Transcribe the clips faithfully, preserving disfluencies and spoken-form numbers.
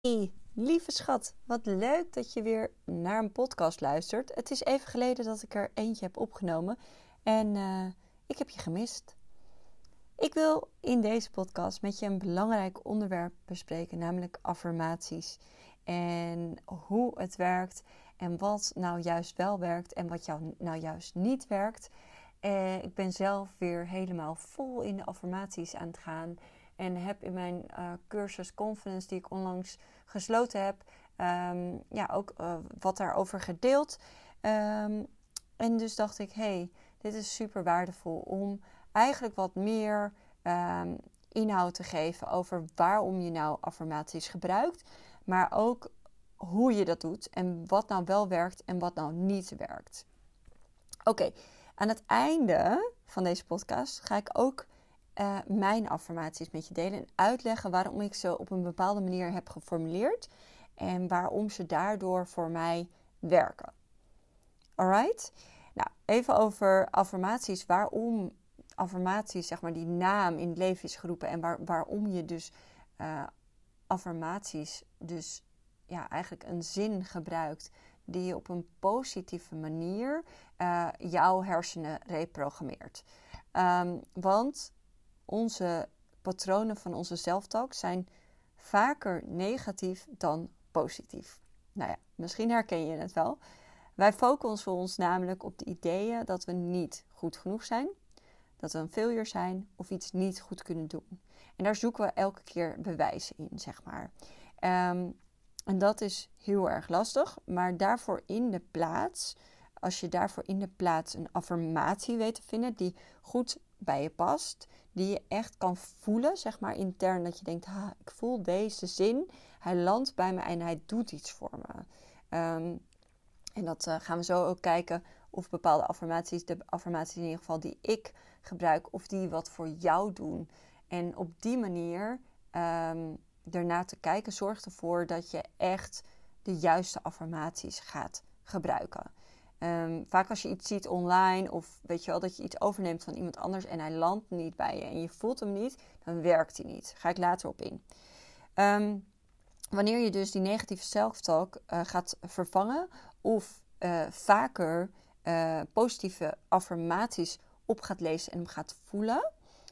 Hey, lieve schat, wat leuk dat je weer naar een podcast luistert. Het is even geleden dat ik er eentje heb opgenomen en uh, ik heb je gemist. Ik wil in deze podcast met je een belangrijk onderwerp bespreken, namelijk affirmaties. En hoe het werkt en wat nou juist wel werkt en wat jou nou juist niet werkt. Uh, ik ben zelf weer helemaal vol in de affirmaties aan het gaan. En heb in mijn uh, cursus Confidence, die ik onlangs gesloten heb, um, ja, ook uh, wat daarover gedeeld. Um, en dus dacht ik, hey, dit is super waardevol om eigenlijk wat meer um, inhoud te geven over waarom je nou affirmaties gebruikt. Maar ook hoe je dat doet en wat nou wel werkt en wat nou niet werkt. Oké, okay, aan het einde van deze podcast ga ik ook Uh, mijn affirmaties met je delen en uitleggen waarom ik ze op een bepaalde manier heb geformuleerd en waarom ze daardoor voor mij werken. Alright? Nou, even over affirmaties. Waarom affirmaties, zeg maar, die naam in het leven is geroepen en waar, waarom je dus uh, affirmaties, dus ja, eigenlijk een zin gebruikt die je op een positieve manier uh, jouw hersenen reprogrammeert. Um, want onze patronen van onze zelftalk zijn vaker negatief dan positief. Nou ja, misschien herken je het wel. Wij focussen ons namelijk op de ideeën dat we niet goed genoeg zijn, dat we een failure zijn of iets niet goed kunnen doen. En daar zoeken we elke keer bewijzen in, zeg maar. Um, en dat is heel erg lastig, maar daarvoor in de plaats, als je daarvoor in de plaats een affirmatie weet te vinden die goed bij je past, die je echt kan voelen, zeg maar intern, dat je denkt, ah, ik voel deze zin, hij landt bij me en hij doet iets voor me. Um, en dat uh, gaan we zo ook kijken of bepaalde affirmaties, de affirmaties in ieder geval die ik gebruik, of die wat voor jou doen. En op die manier um, ernaar te kijken, zorgt ervoor dat je echt de juiste affirmaties gaat gebruiken. Um, vaak als je iets ziet online of weet je wel dat je iets overneemt van iemand anders en hij landt niet bij je en je voelt hem niet, dan werkt hij niet. Daar ga ik later op in. Um, wanneer je dus die negatieve self-talk uh, gaat vervangen of uh, vaker uh, positieve affirmaties op gaat lezen en hem gaat voelen,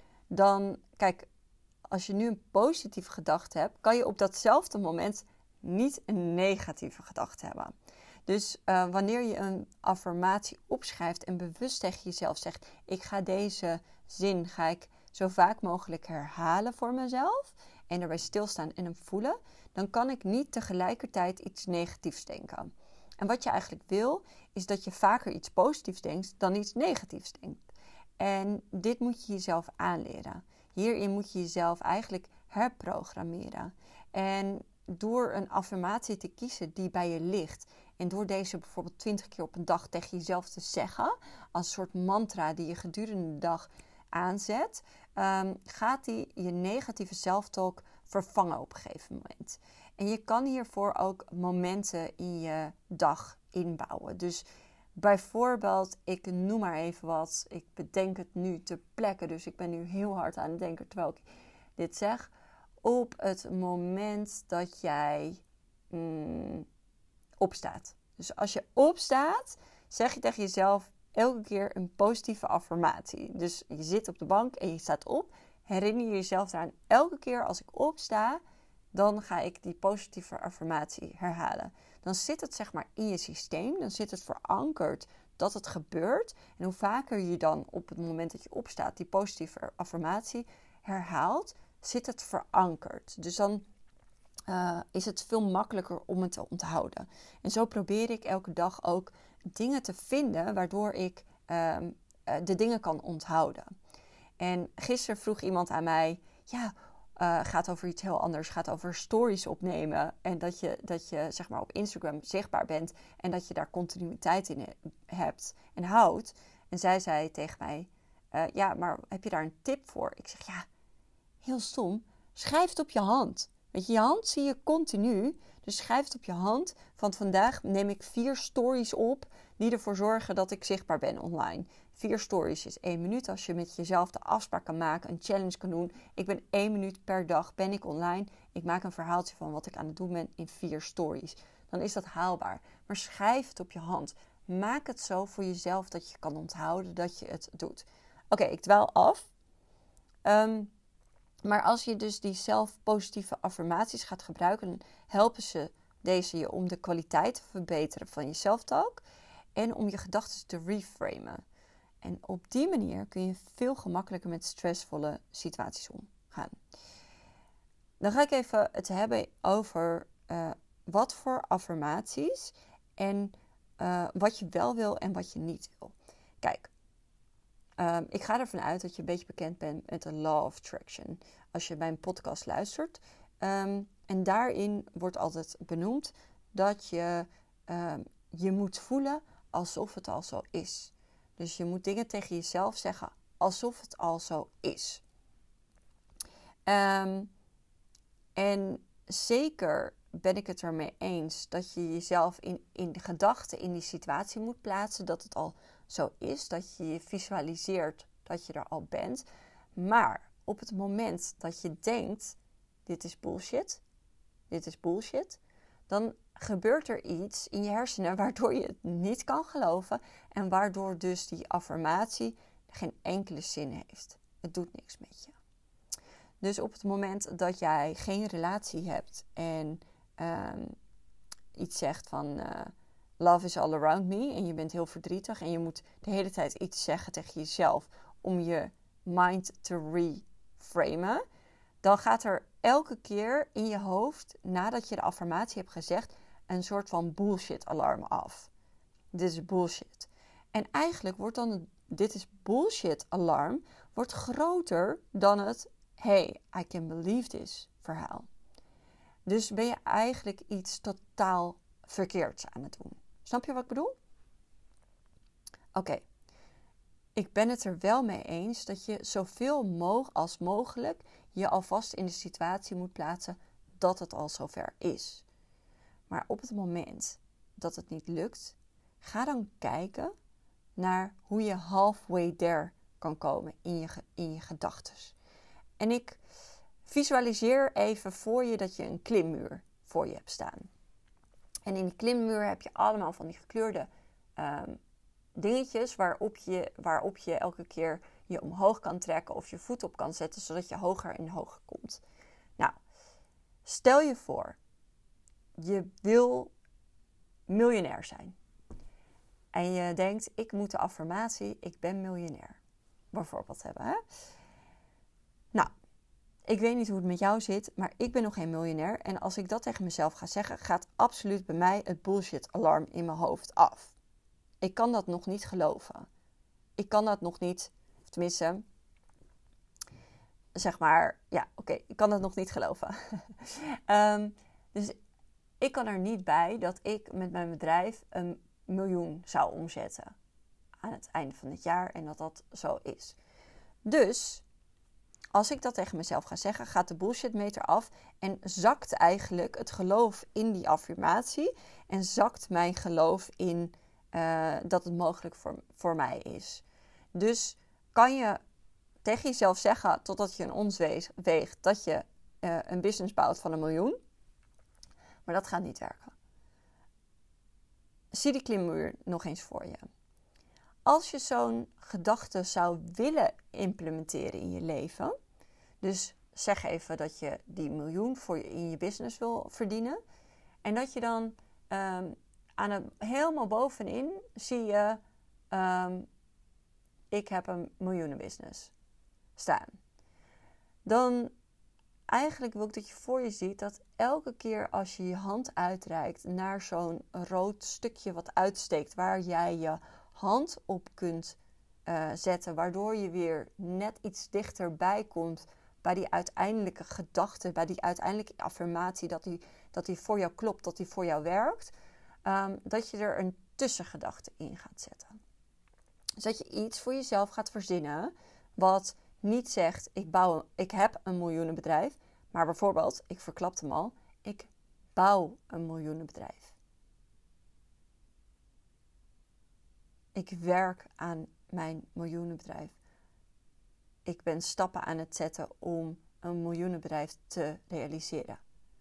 dan, kijk, als je nu een positieve gedachte hebt, kan je op datzelfde moment niet een negatieve gedachte hebben. Dus uh, wanneer je een affirmatie opschrijft en bewust tegen jezelf zegt, ik ga deze zin ga ik zo vaak mogelijk herhalen voor mezelf en erbij stilstaan en hem voelen, dan kan ik niet tegelijkertijd iets negatiefs denken. En wat je eigenlijk wil, is dat je vaker iets positiefs denkt dan iets negatiefs denkt. En dit moet je jezelf aanleren. Hierin moet je jezelf eigenlijk herprogrammeren. En door een affirmatie te kiezen die bij je ligt en door deze bijvoorbeeld twintig keer op een dag tegen jezelf te zeggen, als een soort mantra die je gedurende de dag aanzet, um, gaat die je negatieve zelftalk vervangen op een gegeven moment. En je kan hiervoor ook momenten in je dag inbouwen. Dus bijvoorbeeld, ik noem maar even wat, ik bedenk het nu ter plekke, dus ik ben nu heel hard aan het denken terwijl ik dit zeg. Op het moment dat jij mm, opstaat. Dus als je opstaat, zeg je tegen jezelf elke keer een positieve affirmatie. Dus je zit op de bank en je staat op. Herinner je jezelf eraan, elke keer als ik opsta, dan ga ik die positieve affirmatie herhalen. Dan zit het zeg maar in je systeem. Dan zit het verankerd dat het gebeurt. En hoe vaker je dan op het moment dat je opstaat die positieve affirmatie herhaalt, zit het verankerd. Dus dan uh, is het veel makkelijker om het te onthouden. En zo probeer ik elke dag ook dingen te vinden waardoor ik uh, uh, de dingen kan onthouden. En gisteren vroeg iemand aan mij, ja, uh, gaat over iets heel anders, gaat over stories opnemen en dat je, dat je zeg maar op Instagram zichtbaar bent en dat je daar continuïteit in hebt en houdt. En zij zei tegen mij, uh, ja, maar heb je daar een tip voor? Ik zeg, ja, heel stom, schrijf het op je hand. Weet je, je hand zie je continu, dus schrijf het op je hand. Van vandaag neem ik vier stories op die ervoor zorgen dat ik zichtbaar ben online. Vier stories is één minuut. Als je met jezelf de afspraak kan maken, een challenge kan doen. Ik ben één minuut per dag ben ik online. Ik maak een verhaaltje van wat ik aan het doen ben in vier stories. Dan is dat haalbaar. Maar schrijf het op je hand. Maak het zo voor jezelf dat je kan onthouden dat je het doet. Oké, okay, ik dwaal af. Um, maar als je dus die zelfpositieve affirmaties gaat gebruiken, dan helpen ze deze je om de kwaliteit te verbeteren van je self-talk en om je gedachten te reframen. En op die manier kun je veel gemakkelijker met stressvolle situaties omgaan. Dan ga ik even het hebben over uh, wat voor affirmaties en uh, wat je wel wil en wat je niet wil. Kijk, um, ik ga ervan uit dat je een beetje bekend bent met de Law of Attraction. Als je bij een podcast luistert. Um, en daarin wordt altijd benoemd dat je um, je moet voelen alsof het al zo is. Dus je moet dingen tegen jezelf zeggen alsof het al zo is. Um, en zeker ben ik het ermee eens dat je jezelf in, in de gedachten in die situatie moet plaatsen. Dat het al zo is. Dat je je visualiseert dat je er al bent. Maar op het moment dat je denkt, dit is bullshit. Dit is bullshit. Dan gebeurt er iets in je hersenen waardoor je het niet kan geloven. En waardoor dus die affirmatie geen enkele zin heeft. Het doet niks met je. Dus op het moment dat jij geen relatie hebt en um, iets zegt van uh, love is all around me en je bent heel verdrietig en je moet de hele tijd iets zeggen tegen jezelf om je mind te reframen, dan gaat er elke keer in je hoofd, nadat je de affirmatie hebt gezegd, een soort van bullshit alarm af. Dit is bullshit. En eigenlijk wordt dan het dit is bullshit alarm wordt groter dan het hey, I can believe this verhaal. Dus ben je eigenlijk iets totaal verkeerds aan het doen. Snap je wat ik bedoel? Oké. Okay. Ik ben het er wel mee eens dat je zoveel mo- als mogelijk je alvast in de situatie moet plaatsen dat het al zover is. Maar op het moment dat het niet lukt, ga dan kijken naar hoe je halfway there kan komen in je, in je gedachtes. En ik visualiseer even voor je dat je een klimmuur voor je hebt staan. En in die klimmuur heb je allemaal van die gekleurde um, dingetjes waarop je, waarop je elke keer je omhoog kan trekken of je voet op kan zetten, zodat je hoger en hoger komt. Nou, stel je voor, je wil miljonair zijn. En je denkt, ik moet de affirmatie, ik ben miljonair, bijvoorbeeld hebben. Hè? Nou, ik weet niet hoe het met jou zit, maar ik ben nog geen miljonair. En als ik dat tegen mezelf ga zeggen, gaat absoluut bij mij het bullshit alarm in mijn hoofd af. Ik kan dat nog niet geloven. Ik kan dat nog niet, of tenminste, zeg maar, ja, oké, okay, ik kan dat nog niet geloven. um, dus ik kan er niet bij dat ik met mijn bedrijf een miljoen zou omzetten aan het einde van het jaar en dat dat zo is. Dus als ik dat tegen mezelf ga zeggen, gaat de bullshitmeter af en zakt eigenlijk het geloof in die affirmatie en zakt mijn geloof in uh, dat het mogelijk voor, voor mij is. Dus kan je tegen jezelf zeggen totdat je een ons weegt dat je uh, een business bouwt van een miljoen, maar dat gaat niet werken. Zie die klimmuur nog eens voor je. Als je zo'n gedachte zou willen implementeren in je leven, dus zeg even dat je die miljoen voor je, in je business wil verdienen, en dat je dan um, aan het, helemaal bovenin zie je, um, ik heb een miljoenenbusiness staan. Dan eigenlijk wil ik dat je voor je ziet dat elke keer als je je hand uitreikt naar zo'n rood stukje wat uitsteekt, waar jij je hand op kunt uh, zetten, waardoor je weer net iets dichterbij komt bij die uiteindelijke gedachte, bij die uiteindelijke affirmatie dat die, dat die voor jou klopt, dat die voor jou werkt, um, dat je er een tussengedachte in gaat zetten. Dus dat je iets voor jezelf gaat verzinnen wat niet zegt, ik, bouw, ik heb een miljoenenbedrijf, maar bijvoorbeeld, ik verklap hem al, ik bouw een miljoenenbedrijf. Ik werk aan mijn miljoenenbedrijf. Ik ben stappen aan het zetten om een miljoenenbedrijf te realiseren.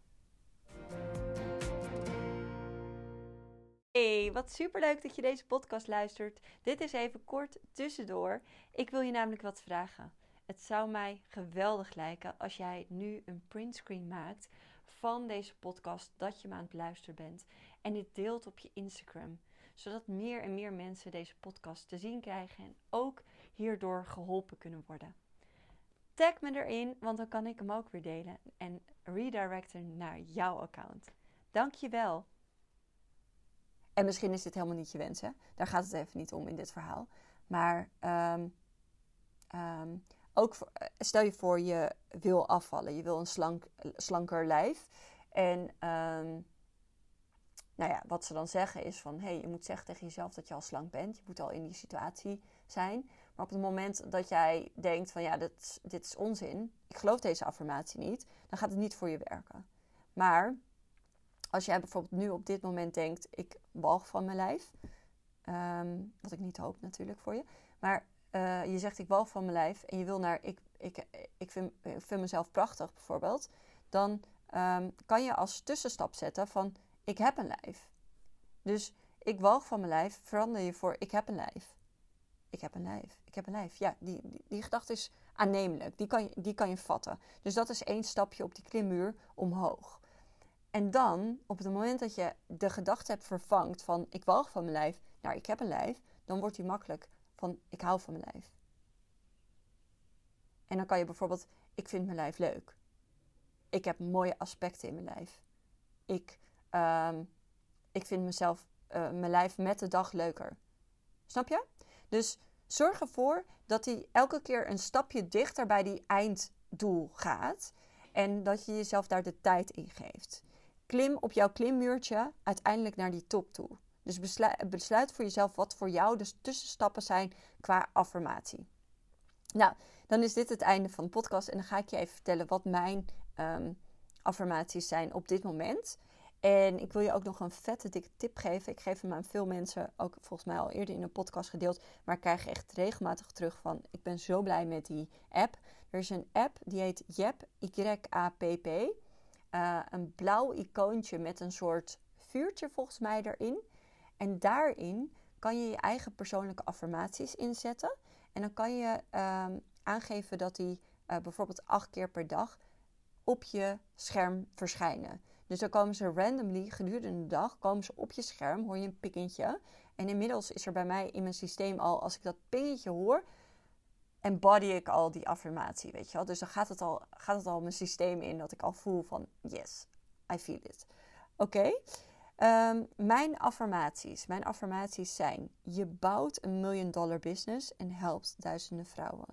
Hey, wat superleuk dat je deze podcast luistert. Dit is even kort tussendoor. Ik wil je namelijk wat vragen. Het zou mij geweldig lijken als jij nu een printscreen maakt van deze podcast, dat je me aan het luisteren bent. En dit deelt op je Instagram. Zodat meer en meer mensen deze podcast te zien krijgen en ook hierdoor geholpen kunnen worden. Tag me erin, want dan kan ik hem ook weer delen en redirecten naar jouw account. Dankjewel. En misschien is dit helemaal niet je wens, hè? Daar gaat het even niet om in dit verhaal. Maar um, um, ook voor, stel je voor je wil afvallen. Je wil een slank, slanker lijf. En um, nou ja, wat ze dan zeggen is van... Hey, je moet zeggen tegen jezelf dat je al slank bent. Je moet al in die situatie zijn. Maar op het moment dat jij denkt van... Ja, dit, dit is onzin. Ik geloof deze affirmatie niet. Dan gaat het niet voor je werken. Maar... Als jij bijvoorbeeld nu op dit moment denkt, ik walg van mijn lijf. Um, wat ik niet hoop natuurlijk voor je. Maar uh, je zegt, ik walg van mijn lijf. En je wil naar, ik, ik, ik, vind, ik vind mezelf prachtig bijvoorbeeld. Dan um, kan je als tussenstap zetten van, ik heb een lijf. Dus ik walg van mijn lijf, verander je voor, ik heb een lijf. Ik heb een lijf, ik heb een lijf. Ja, die, die, die gedachte is aannemelijk. Die kan, je, die kan je vatten. Dus dat is één stapje op die klimmuur omhoog. En dan, op het moment dat je de gedachte hebt vervangt van ik walg van mijn lijf naar ik heb een lijf, dan wordt die makkelijk van ik hou van mijn lijf. En dan kan je bijvoorbeeld, ik vind mijn lijf leuk. Ik heb mooie aspecten in mijn lijf. Ik, um, ik vind mezelf, uh, mijn lijf met de dag leuker. Snap je? Dus zorg ervoor dat hij elke keer een stapje dichter bij die einddoel gaat. En dat je jezelf daar de tijd in geeft. Klim op jouw klimmuurtje uiteindelijk naar die top toe. Dus besluit, besluit voor jezelf wat voor jou de tussenstappen zijn qua affirmatie. Nou, dan is dit het einde van de podcast. En dan ga ik je even vertellen wat mijn um, affirmaties zijn op dit moment. En ik wil je ook nog een vette dikke tip geven. Ik geef hem aan veel mensen, ook volgens mij al eerder in een podcast gedeeld. Maar ik krijg echt regelmatig terug van, ik ben zo blij met die app. Er is een app die heet Yap, Y A P P. Uh, een blauw icoontje met een soort vuurtje volgens mij erin. En daarin kan je je eigen persoonlijke affirmaties inzetten. En dan kan je uh, aangeven dat die uh, bijvoorbeeld acht keer per dag op je scherm verschijnen. Dus dan komen ze randomly gedurende de dag komen ze op je scherm, hoor je een pingetje. En inmiddels is er bij mij in mijn systeem al, als ik dat pingetje hoor, embody ik al die affirmatie, weet je wel. Dus dan gaat het al, gaat het al mijn systeem in dat ik al voel van yes, I feel it. Oké, okay. um, mijn affirmaties. Mijn affirmaties zijn, je bouwt een million dollar business en helpt duizenden vrouwen.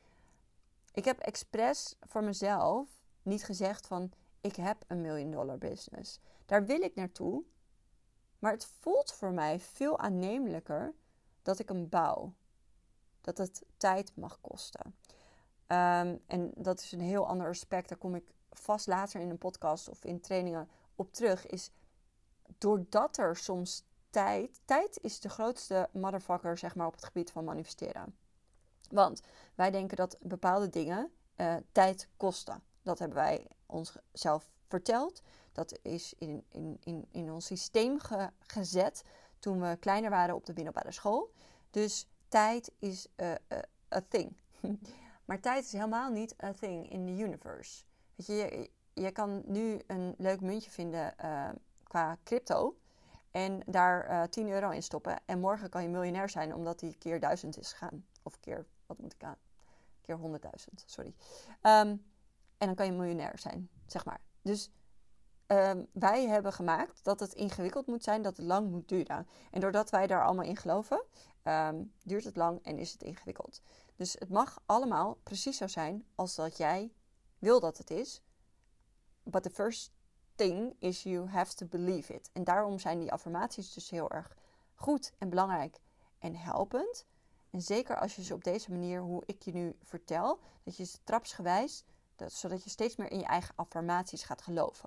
Ik heb expres voor mezelf niet gezegd van, ik heb een million dollar business. Daar wil ik naartoe. Maar het voelt voor mij veel aannemelijker dat ik hem bouw. Dat het tijd mag kosten. Um, en dat is een heel ander aspect. Daar kom ik vast later in een podcast of in trainingen op terug. Is doordat er soms tijd... Tijd is de grootste motherfucker, zeg maar, op het gebied van manifesteren. Want wij denken dat bepaalde dingen uh, tijd kosten. Dat hebben wij onszelf verteld. Dat is in, in, in, in ons systeem ge, gezet toen we kleiner waren op de middelbare school. Dus tijd is a, a, a thing. Maar tijd is helemaal niet a thing in the universe. Weet je, je, je kan nu een leuk muntje vinden uh, qua crypto. En daar uh, tien euro in stoppen. En morgen kan je miljonair zijn omdat die keer duizend is gegaan. Of keer, wat moet ik aan? Keer honderdduizend, sorry. Um, en dan kan je miljonair zijn, zeg maar. Dus um, wij hebben gemaakt dat het ingewikkeld moet zijn, dat het lang moet duren. En doordat wij daar allemaal in geloven, um, duurt het lang en is het ingewikkeld. Dus het mag allemaal precies zo zijn als dat jij wil dat het is. But the first thing is you have to believe it. En daarom zijn die affirmaties dus heel erg goed en belangrijk en helpend. En zeker als je ze op deze manier, hoe ik je nu vertel, dat je ze trapsgewijs, dat, zodat je steeds meer in je eigen affirmaties gaat geloven.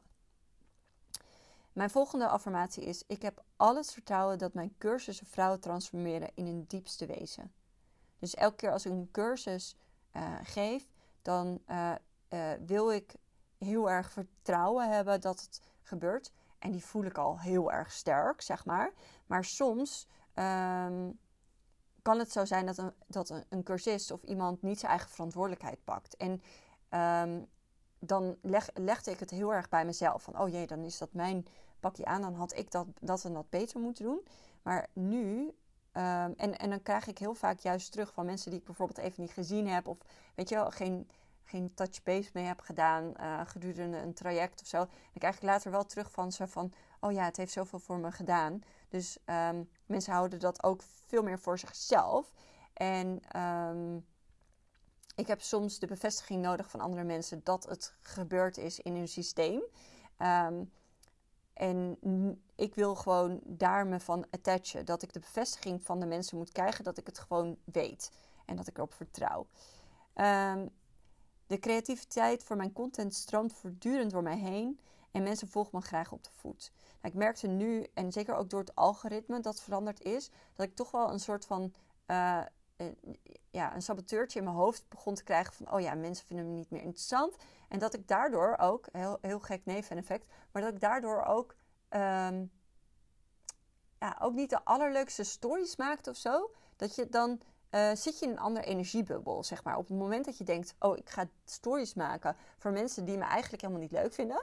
Mijn volgende affirmatie is, ik heb al het vertrouwen dat mijn cursussen vrouwen transformeren in hun diepste wezen. Dus elke keer als ik een cursus uh, geef, dan uh, uh, wil ik heel erg vertrouwen hebben dat het gebeurt. En die voel ik al heel erg sterk, zeg maar. Maar soms um, kan het zo zijn dat een, dat een, een cursist of iemand niet zijn eigen verantwoordelijkheid pakt. En um, dan leg, legde ik het heel erg bij mezelf. Van, oh jee, dan is dat mijn pakje aan. Dan had ik dat, dat en dat beter moeten doen. Maar nu... Um, en, en dan krijg ik heel vaak juist terug van mensen die ik bijvoorbeeld even niet gezien heb. Of weet je wel, geen, geen touch base mee heb gedaan uh, gedurende een traject of zo. Dan krijg ik later wel terug van ze van, oh ja, het heeft zoveel voor me gedaan. Dus um, mensen houden dat ook veel meer voor zichzelf. En um, ik heb soms de bevestiging nodig van andere mensen dat het gebeurd is in hun systeem. Um, En ik wil gewoon daar me van attachen. Dat ik de bevestiging van de mensen moet krijgen. Dat ik het gewoon weet. En dat ik erop vertrouw. Um, de creativiteit voor mijn content stroomt voortdurend door mij heen. En mensen volgen me graag op de voet. Nou, ik merkte nu, en zeker ook door het algoritme dat veranderd is. Dat ik toch wel een soort van... Uh, uh, ja, een saboteurtje in mijn hoofd begon te krijgen van... oh ja, mensen vinden me niet meer interessant. En dat ik daardoor ook, heel, heel gek neveneffect... maar dat ik daardoor ook... Um, ja, ook niet de allerleukste stories maakte of zo. Dat je dan... Uh, zit je in een andere energiebubbel, zeg maar. Op het moment dat je denkt... oh, ik ga stories maken... voor mensen die me eigenlijk helemaal niet leuk vinden...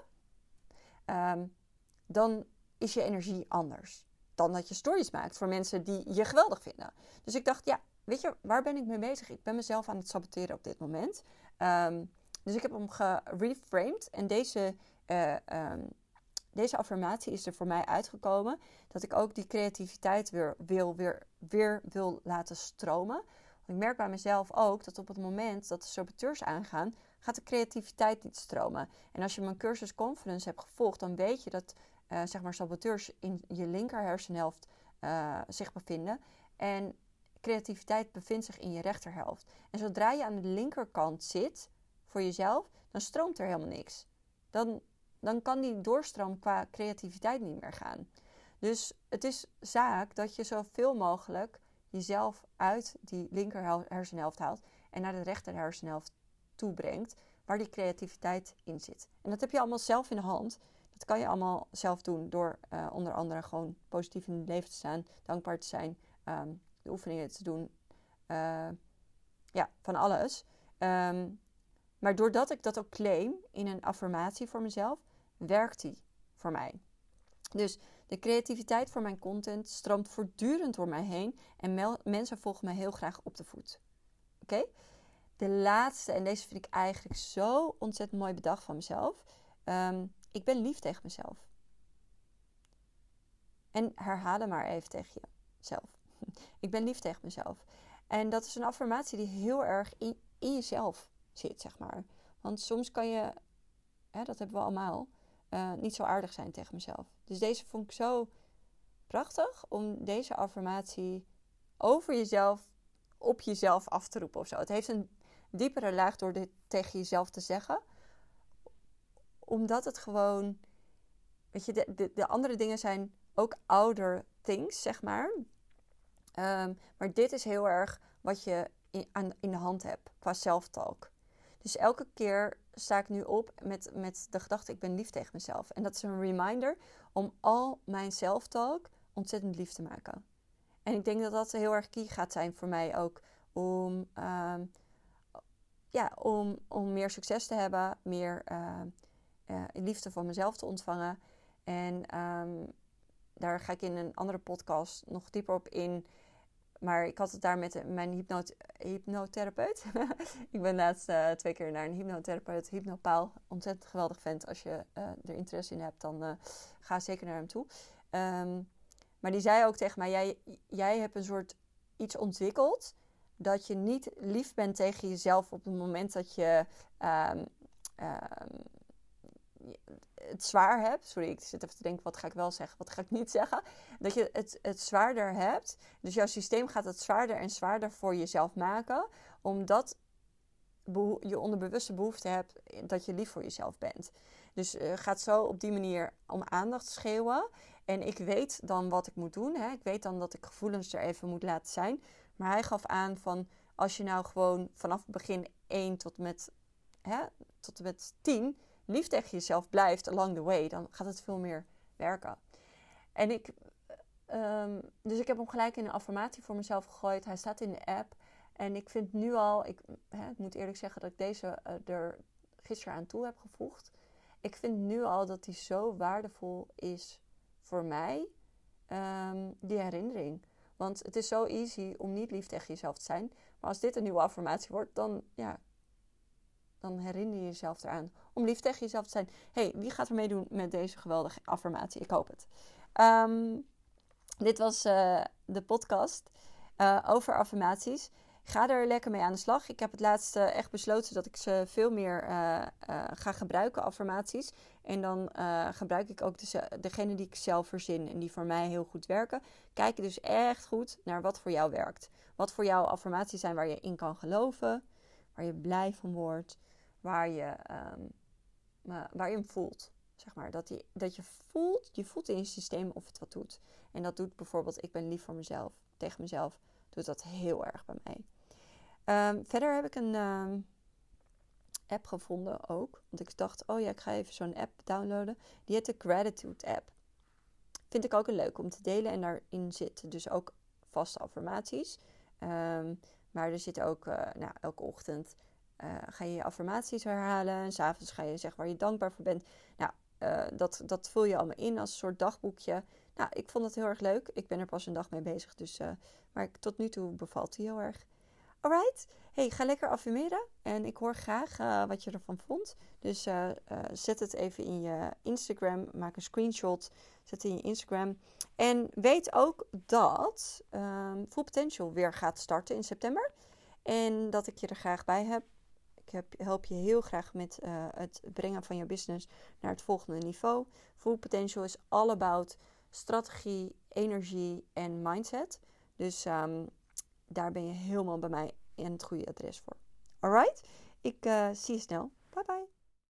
Um, dan is je energie anders. Dan dat je stories maakt voor mensen die je geweldig vinden. Dus ik dacht, ja... weet je, waar ben ik mee bezig? Ik ben mezelf aan het saboteren op dit moment. Um, dus ik heb hem gereframed. En deze, uh, um, deze affirmatie is er voor mij uitgekomen. Dat ik ook die creativiteit weer wil, weer, weer wil laten stromen. Want ik merk bij mezelf ook dat op het moment dat de saboteurs aangaan... gaat de creativiteit niet stromen. En als je mijn cursus Confidence hebt gevolgd... dan weet je dat uh, zeg maar saboteurs in je linker hersenhelft uh, zich bevinden. En... creativiteit bevindt zich in je rechterhelft. En zodra je aan de linkerkant zit, voor jezelf, dan stroomt er helemaal niks. Dan, dan kan die doorstroom qua creativiteit niet meer gaan. Dus het is zaak dat je zoveel mogelijk jezelf uit die linker hersenhelft haalt en naar de rechter hersenhelft toebrengt, waar die creativiteit in zit. En dat heb je allemaal zelf in de hand. Dat kan je allemaal zelf doen door uh, onder andere gewoon positief in het leven te staan, dankbaar te zijn, um, de oefeningen te doen. Uh, ja, van alles. Um, maar doordat ik dat ook claim in een affirmatie voor mezelf, werkt die voor mij. Dus de creativiteit voor mijn content stroomt voortdurend door mij heen. En mel- mensen volgen mij heel graag op de voet. Oké? Okay? De laatste, en deze vind ik eigenlijk zo ontzettend mooi bedacht van mezelf. Um, ik ben lief tegen mezelf. En herhaal hem maar even tegen jezelf. Ik ben lief tegen mezelf. En dat is een affirmatie die heel erg in, in jezelf zit, zeg maar. Want soms kan je, hè, dat hebben we allemaal, uh, niet zo aardig zijn tegen mezelf. Dus deze vond ik zo prachtig om deze affirmatie over jezelf, op jezelf af te roepen of zo. Het heeft een diepere laag door dit tegen jezelf te zeggen. Omdat het gewoon, weet je, de, de, de andere dingen zijn ook ouder things, zeg maar. Um, maar dit is heel erg wat je in, aan, in de hand hebt qua self-talk. Dus elke keer sta ik nu op met, met de gedachte, ik ben lief tegen mezelf. En dat is een reminder om al mijn self-talk ontzettend lief te maken. En ik denk dat dat heel erg key gaat zijn voor mij ook. Om, um, ja, om, om meer succes te hebben. Meer uh, uh, liefde van mezelf te ontvangen. En um, daar ga ik in een andere podcast nog dieper op in. Maar ik had het daar met mijn hypnot- hypnotherapeut. Ik ben laatst uh, twee keer naar een hypnotherapeut, Hypnopaal. Ontzettend geweldig vent. Als je uh, er interesse in hebt, dan uh, ga zeker naar hem toe. Um, maar die zei ook tegen mij, jij, jij hebt een soort iets ontwikkeld... dat je niet lief bent tegen jezelf op het moment dat je... Um, um, het zwaar hebt. Sorry, ik zit even te denken, wat ga ik wel zeggen, wat ga ik niet zeggen. Dat je het, het zwaarder hebt. Dus jouw systeem gaat het zwaarder en zwaarder voor jezelf maken. Omdat beho- je onderbewuste behoefte hebt dat je lief voor jezelf bent. Dus uh, gaat zo op die manier om aandacht schreeuwen. En ik weet dan wat ik moet doen. Hè. Ik weet dan dat ik gevoelens er even moet laten zijn. Maar hij gaf aan van, als je nou gewoon vanaf het begin één tot met, hè, tot en met tien lief tegen jezelf blijft along the way, dan gaat het veel meer werken. En ik, um, dus ik heb hem gelijk in een affirmatie voor mezelf gegooid. Hij staat in de app. En ik vind nu al, ik, hè, ik moet eerlijk zeggen dat ik deze uh, er gisteren aan toe heb gevoegd. Ik vind nu al dat die zo waardevol is voor mij, um, die herinnering. Want het is zo easy om niet lief tegen jezelf te zijn. Maar als dit een nieuwe affirmatie wordt, dan, ja, dan herinner je jezelf eraan om lief tegen jezelf te zijn. Hey, wie gaat er meedoen met deze geweldige affirmatie? Ik hoop het. Um, dit was uh, de podcast uh, over affirmaties. Ga er lekker mee aan de slag. Ik heb het laatst uh, echt besloten dat ik ze veel meer uh, uh, ga gebruiken, affirmaties. En dan uh, gebruik ik ook de, degene die ik zelf verzin en die voor mij heel goed werken. Kijk dus echt goed naar wat voor jou werkt. Wat voor jou affirmaties zijn waar je in kan geloven, waar je blij van wordt, waar je, um, uh, waar je hem voelt. Zeg maar, dat, die, dat je voelt, je voelt in je systeem of het wat doet. En dat doet bijvoorbeeld, ik ben lief voor mezelf, tegen mezelf, doet dat heel erg bij mij. Um, verder heb ik een um, app gevonden ook. Want ik dacht, oh ja, ik ga even zo'n app downloaden. Die heet de Gratitude app. Vind ik ook een leuk om te delen. En daarin zitten dus ook vaste affirmaties. Um, maar er zit ook, uh, nou, elke ochtend uh, ga je je affirmaties herhalen. En 's avonds ga je zeggen waar je dankbaar voor bent. Nou, uh, dat, dat vul je allemaal in als een soort dagboekje. Nou, ik vond het heel erg leuk. Ik ben er pas een dag mee bezig. Dus, uh, maar ik, tot nu toe bevalt die heel erg. Alright, hey, ga lekker affirmeren en ik hoor graag uh, wat je ervan vond. Dus uh, uh, zet het even in je Instagram, maak een screenshot, zet het in je Instagram. En weet ook dat um, Full Potential weer gaat starten in september. En dat ik je er graag bij heb. Ik heb, help je heel graag met uh, het brengen van je business naar het volgende niveau. Full Potential is all about strategie, energie en mindset. Dus Um, daar ben je helemaal bij mij in het goede adres voor. Alright? Ik uh, zie je snel. Bye bye.